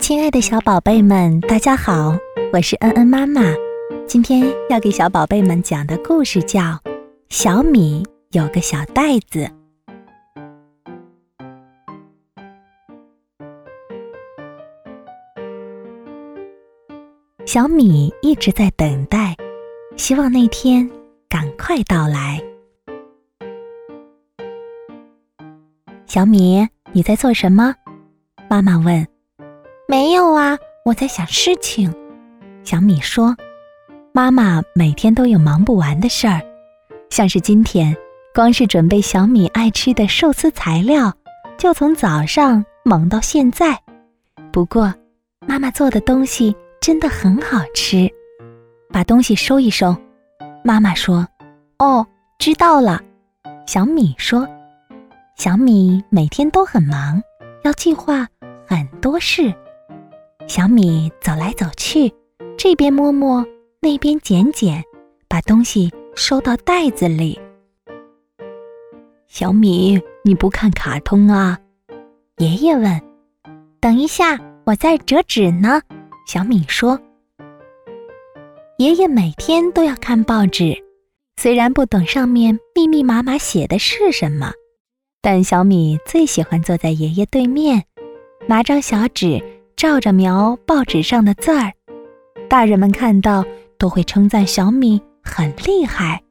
亲爱的小宝贝们，大家好，我是恩恩妈妈。今天要给小宝贝们讲的故事叫《小米有个小袋子》。小米一直在等待，希望那天赶快到来。小米，你在做什么？妈妈问。没有啊，我在想事情。小米说，妈妈每天都有忙不完的事儿，像是今天，光是准备小米爱吃的寿司材料，就从早上忙到现在。不过，妈妈做的东西真的很好吃。把东西收一收。妈妈说，哦，知道了。小米说，小米每天都很忙，要计划很多事。小米走来走去，这边摸摸，那边捡捡，把东西收到袋子里。小米，你不看卡通啊？爷爷问。等一下，我在折纸呢。小米说。爷爷每天都要看报纸，虽然不懂上面密密麻麻写的是什么，但小米最喜欢坐在爷爷对面，拿张小纸照着描报纸上的字儿。大人们看到都会称赞小米很厉害。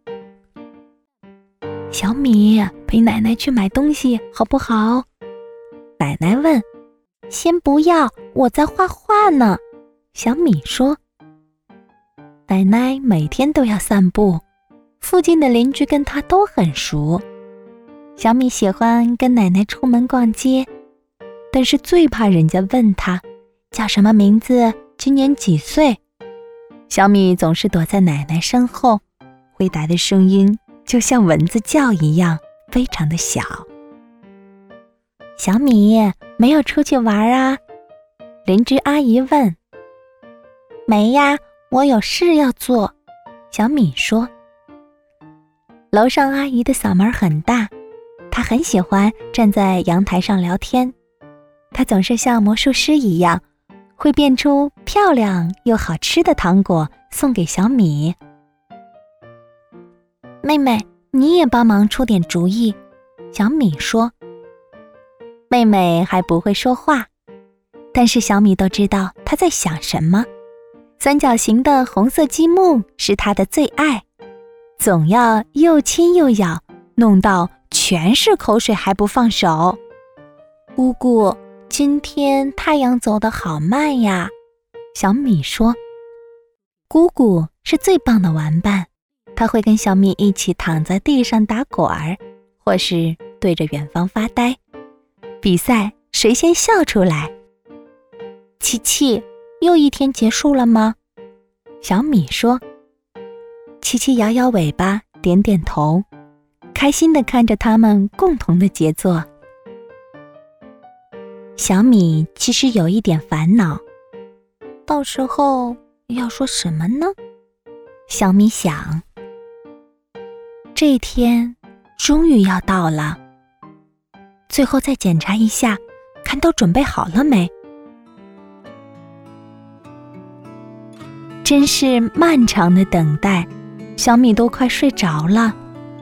小米，陪奶奶去买东西好不好？奶奶问。先不要，我在画画呢。小米说。奶奶每天都要散步，附近的邻居跟她都很熟。小米喜欢跟奶奶出门逛街，但是最怕人家问她叫什么名字，今年几岁。小米总是躲在奶奶身后，回答的声音就像蚊子叫一样，非常的小。小米，没有出去玩啊？邻居阿姨问。没呀，我有事要做。小米说。楼上阿姨的嗓门很大，她很喜欢站在阳台上聊天。她总是像魔术师一样，会变出漂亮又好吃的糖果送给小米。妹妹，你也帮忙出点主意。小米说。妹妹还不会说话，但是小米都知道她在想什么。三角形的红色积木是她的最爱，总要又亲又咬，弄到全是口水还不放手。姑姑，今天太阳走得好慢呀。小米说。姑姑是最棒的玩伴，她会跟小米一起躺在地上打滚儿，或是对着远方发呆，比赛谁先笑出来。琪琪，又一天结束了吗？小米说。琪琪摇摇尾巴，点点头，开心地看着他们共同的杰作。小米其实有一点烦恼，到时候要说什么呢？小米想。这一天终于要到了，最后再检查一下，看都准备好了没。真是漫长的等待，小米都快睡着了。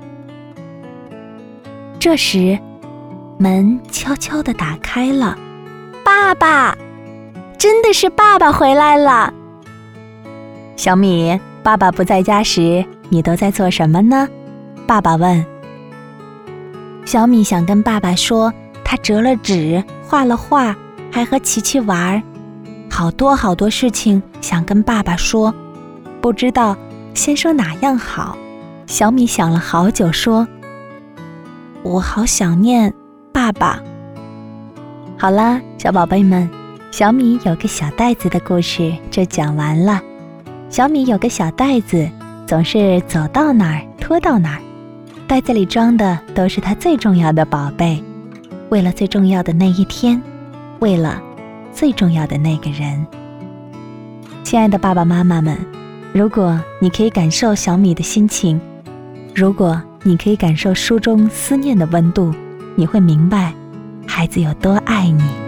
这时，门悄悄地打开了。爸爸，真的是爸爸回来了。小米，爸爸不在家时，你都在做什么呢？爸爸问。小米想跟爸爸说，他折了纸，画了画，还和琪琪玩，好多事情想跟爸爸说，不知道先说哪样好。小米想了好久，说，我好想念爸爸。好啦，小宝贝们，小米有个小袋子的故事就讲完了。小米有个小袋子，总是走到哪儿拖到哪儿，袋子里装的都是他最重要的宝贝，为了最重要的那一天，为了最重要的那个人。亲爱的爸爸妈妈们，如果你可以感受小米的心情，如果你可以感受书中思念的温度，你会明白孩子有多爱你。